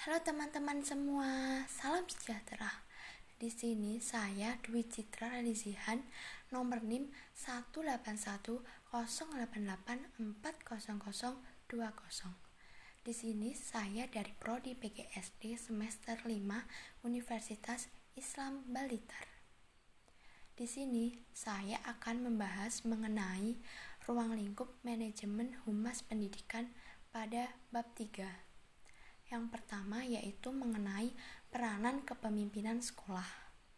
Halo teman-teman semua, salam sejahtera. Di sini saya Dwi Citra Radizihan, nomor NIM 18108840020. Di sini saya dari Prodi PGSD semester 5 Universitas Islam Blitar. Di sini saya akan membahas mengenai ruang lingkup manajemen humas pendidikan pada bab 3. Yang pertama yaitu mengenai peranan kepemimpinan sekolah.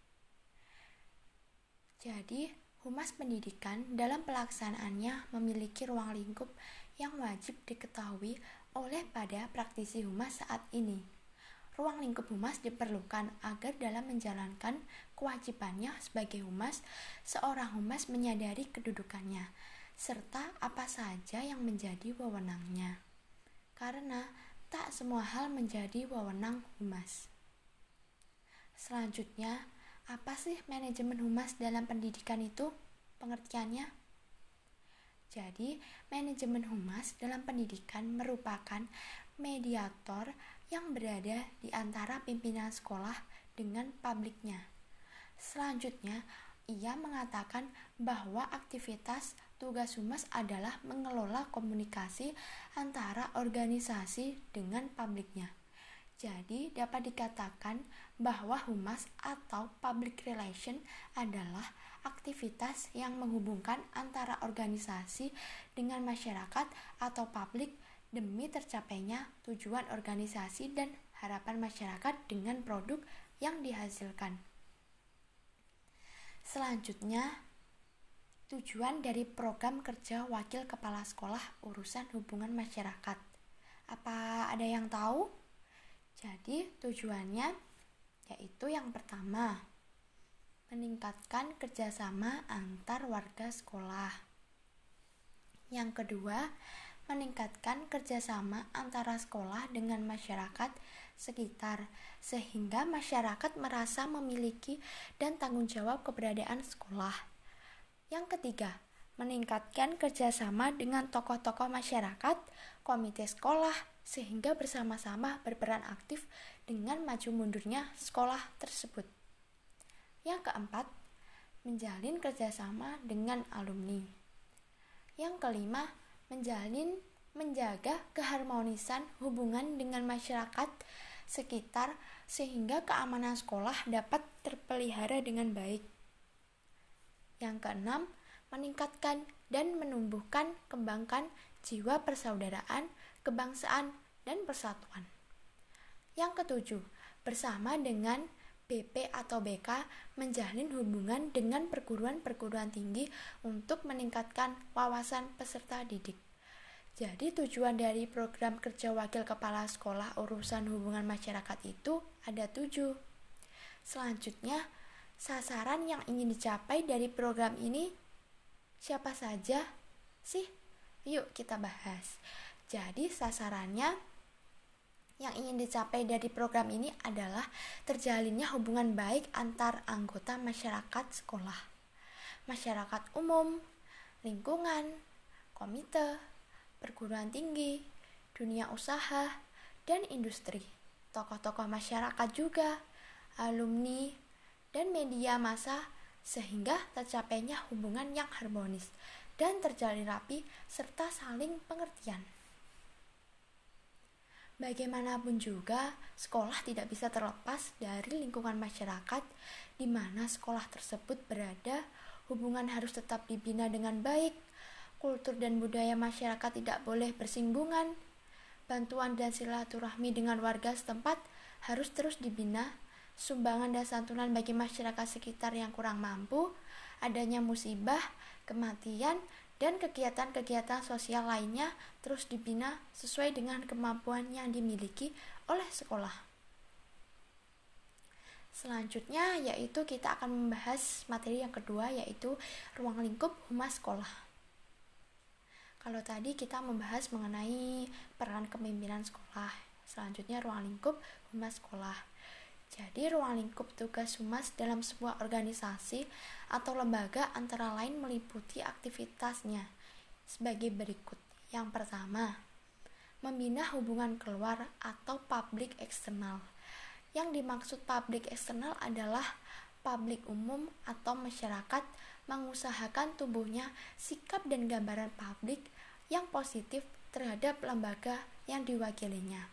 Jadi, humas pendidikan dalam pelaksanaannya memiliki ruang lingkup yang wajib diketahui oleh pada praktisi humas saat ini. Ruang lingkup humas diperlukan agar dalam menjalankan kewajibannya sebagai humas, seorang humas menyadari kedudukannya, serta apa saja yang menjadi wewenangnya. Karena tak semua hal menjadi wewenang humas. Selanjutnya, apa sih manajemen humas dalam pendidikan itu? Pengertiannya? Jadi, manajemen humas dalam pendidikan merupakan mediator yang berada di antara pimpinan sekolah dengan publiknya. Selanjutnya, ia mengatakan bahwa aktivitas tugas humas adalah mengelola komunikasi antara organisasi dengan publiknya. Jadi, dapat dikatakan bahwa humas atau public relation adalah aktivitas yang menghubungkan antara organisasi dengan masyarakat atau publik demi tercapainya tujuan organisasi dan harapan masyarakat dengan produk yang dihasilkan. Selanjutnya, tujuan dari program kerja wakil kepala sekolah urusan hubungan masyarakat. Apa ada yang tahu? Jadi, tujuannya yaitu yang pertama, meningkatkan kerjasama antar warga sekolah. Yang kedua, meningkatkan kerjasama antara sekolah dengan masyarakat sekitar, sehingga masyarakat merasa memiliki dan tanggung jawab keberadaan sekolah. Yang ketiga, meningkatkan kerjasama dengan tokoh-tokoh masyarakat, komite sekolah, sehingga bersama-sama berperan aktif dengan maju mundurnya sekolah tersebut. Yang keempat, menjalin kerjasama dengan alumni. Yang kelima, menjaga keharmonisan hubungan dengan masyarakat sekitar sehingga keamanan sekolah dapat terpelihara dengan baik. Yang keenam, meningkatkan dan kembangkan jiwa persaudaraan, kebangsaan, dan persatuan. Yang ketujuh, bersama dengan BP atau BK menjalin hubungan dengan perguruan-perguruan tinggi untuk meningkatkan wawasan peserta didik. Jadi tujuan dari program kerja wakil kepala sekolah urusan hubungan masyarakat itu ada 7. Selanjutnya, sasaran yang ingin dicapai dari program ini siapa saja sih? Yuk kita bahas. Jadi sasarannya yang ingin dicapai dari program ini adalah terjalinnya hubungan baik antar anggota masyarakat sekolah, masyarakat umum, lingkungan, komite, perguruan tinggi, dunia usaha, dan industri, tokoh-tokoh masyarakat juga, alumni, dan media massa, sehingga tercapainya hubungan yang harmonis dan terjalin rapi serta saling pengertian. Bagaimanapun juga, sekolah tidak bisa terlepas dari lingkungan masyarakat di mana sekolah tersebut berada. Hubungan harus tetap dibina dengan baik. Kultur dan budaya masyarakat tidak boleh bersinggungan. Bantuan dan silaturahmi dengan warga setempat harus terus dibina. Sumbangan dan santunan bagi masyarakat sekitar yang kurang mampu, adanya musibah, kematian, dan kegiatan-kegiatan sosial lainnya terus dibina sesuai dengan kemampuan yang dimiliki oleh sekolah. Selanjutnya yaitu kita akan membahas materi yang kedua yaitu ruang lingkup humas sekolah. Kalau tadi kita membahas mengenai peran kepemimpinan sekolah, selanjutnya ruang lingkup humas sekolah. Jadi, ruang lingkup tugas humas dalam sebuah organisasi atau lembaga antara lain meliputi aktivitasnya sebagai berikut. Yang pertama, membina hubungan keluar atau publik eksternal. Yang dimaksud publik eksternal adalah publik umum atau masyarakat mengusahakan tumbuhnya sikap dan gambaran publik yang positif terhadap lembaga yang diwakilinya.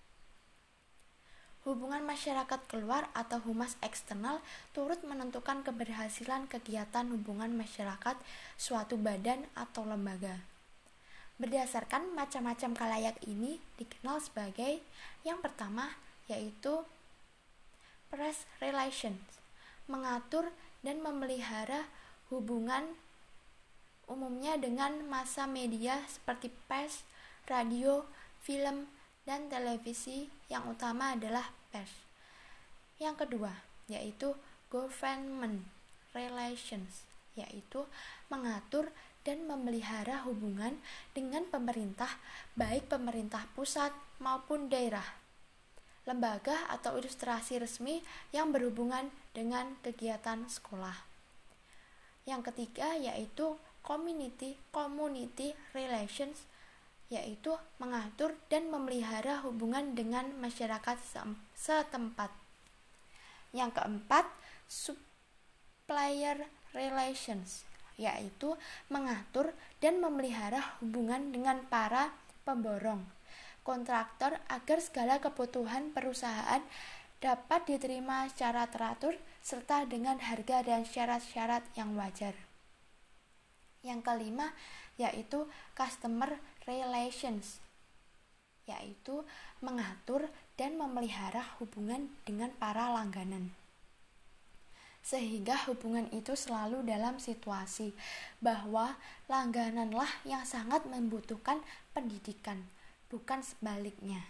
Hubungan masyarakat keluar atau humas eksternal turut menentukan keberhasilan kegiatan hubungan masyarakat suatu badan atau lembaga. Berdasarkan macam-macam khalayak ini dikenal sebagai yang pertama yaitu press relations, mengatur dan memelihara hubungan umumnya dengan massa media seperti pers, radio, film, dan televisi, yang utama adalah pers. Yang kedua, yaitu government relations, yaitu mengatur dan memelihara hubungan dengan pemerintah, baik pemerintah pusat maupun daerah, lembaga atau ilustrasi resmi yang berhubungan dengan kegiatan sekolah. Yang ketiga, yaitu community relations, yaitu mengatur dan memelihara hubungan dengan masyarakat setempat. Yang keempat, supplier relations, yaitu mengatur dan memelihara hubungan dengan para pemborong, kontraktor agar segala kebutuhan perusahaan dapat diterima secara teratur serta dengan harga dan syarat-syarat yang wajar. Yang kelima, yaitu customer relations, yaitu mengatur dan memelihara hubungan dengan para langganan, sehingga hubungan itu selalu dalam situasi bahwa langgananlah yang sangat membutuhkan pendidikan, bukan sebaliknya.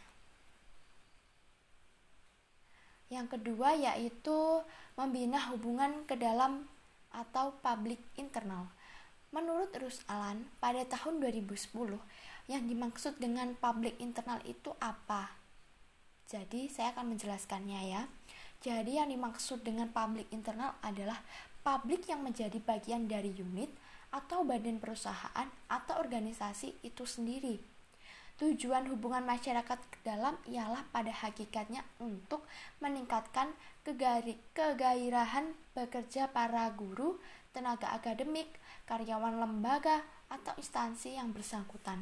Yang kedua, yaitu membina hubungan ke dalam atau public internal. Menurut Ruth Alan, pada tahun 2010, yang dimaksud dengan public internal itu apa? Jadi, saya akan menjelaskannya ya. Jadi, yang dimaksud dengan public internal adalah publik yang menjadi bagian dari unit atau badan perusahaan atau organisasi itu sendiri. Tujuan hubungan masyarakat ke dalam ialah pada hakikatnya untuk meningkatkan kegairahan bekerja para guru, tenaga akademik, karyawan lembaga, atau instansi yang bersangkutan.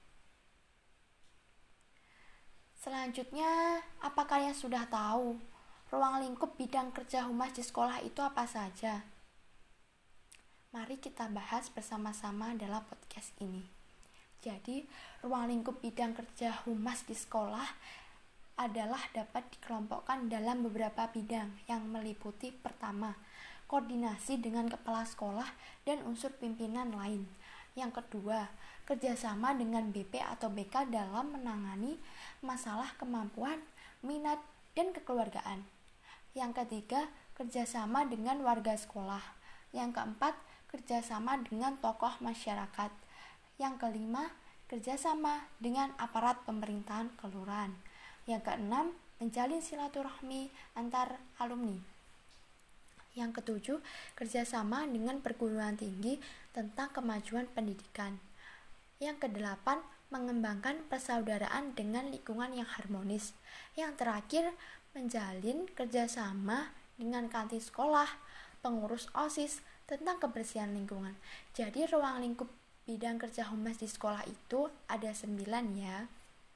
Selanjutnya, apa kalian sudah tahu ruang lingkup bidang kerja humas di sekolah itu apa saja? Mari kita bahas bersama-sama dalam podcast ini. Jadi, ruang lingkup bidang kerja humas di sekolah adalah dapat dikelompokkan dalam beberapa bidang yang meliputi pertama, koordinasi dengan kepala sekolah dan unsur pimpinan lain. Yang kedua, kerjasama dengan BP atau BK dalam menangani masalah kemampuan, minat, dan kekeluargaan. Yang ketiga, kerjasama dengan warga sekolah. Yang keempat, kerjasama dengan tokoh masyarakat. Yang kelima, kerjasama dengan aparat pemerintahan kelurahan. Yang keenam, menjalin silaturahmi antar alumni. Yang ketujuh, kerjasama dengan perguruan tinggi tentang kemajuan pendidikan. Yang kedelapan, mengembangkan persaudaraan dengan lingkungan yang harmonis. Yang terakhir, menjalin kerjasama dengan kantin sekolah, pengurus OSIS tentang kebersihan lingkungan. Jadi ruang lingkup bidang kerja humas di sekolah itu ada 9 ya.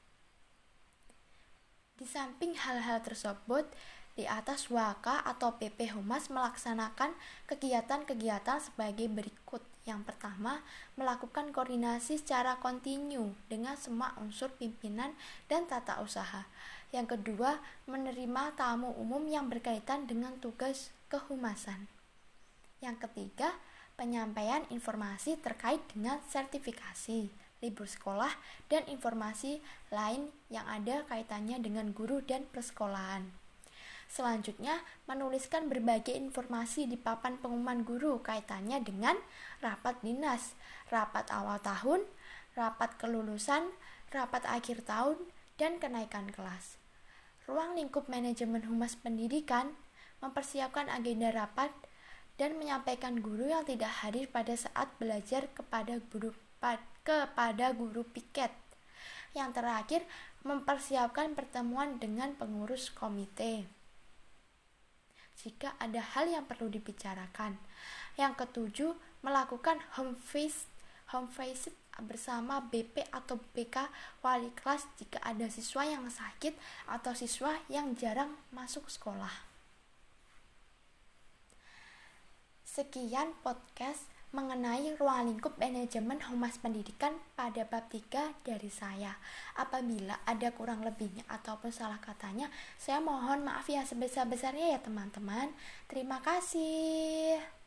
Di samping hal-hal tersebut, di atas WAKA atau PP Humas melaksanakan kegiatan-kegiatan sebagai berikut. Yang pertama, melakukan koordinasi secara kontinu dengan semua unsur pimpinan dan tata usaha. Yang kedua, menerima tamu umum yang berkaitan dengan tugas kehumasan. Yang ketiga, penyampaian informasi terkait dengan sertifikasi, libur sekolah, dan informasi lain yang ada kaitannya dengan guru dan persekolahan. Selanjutnya, menuliskan berbagai informasi di papan pengumuman guru kaitannya dengan rapat dinas, rapat awal tahun, rapat kelulusan, rapat akhir tahun, dan kenaikan kelas. Ruang lingkup manajemen humas pendidikan mempersiapkan agenda rapat dan menyampaikan guru yang tidak hadir pada saat belajar kepada guru piket. Yang terakhir, mempersiapkan pertemuan dengan pengurus komite jika ada hal yang perlu dibicarakan. Yang ketujuh, melakukan home visit bersama BP atau BK wali kelas jika ada siswa yang sakit atau siswa yang jarang masuk sekolah. Sekian podcast mengenai ruang lingkup manajemen humas pendidikan pada bab 3 dari saya. Apabila ada kurang lebihnya ataupun salah katanya, saya mohon maaf ya sebesar-besarnya ya teman-teman. Terima kasih.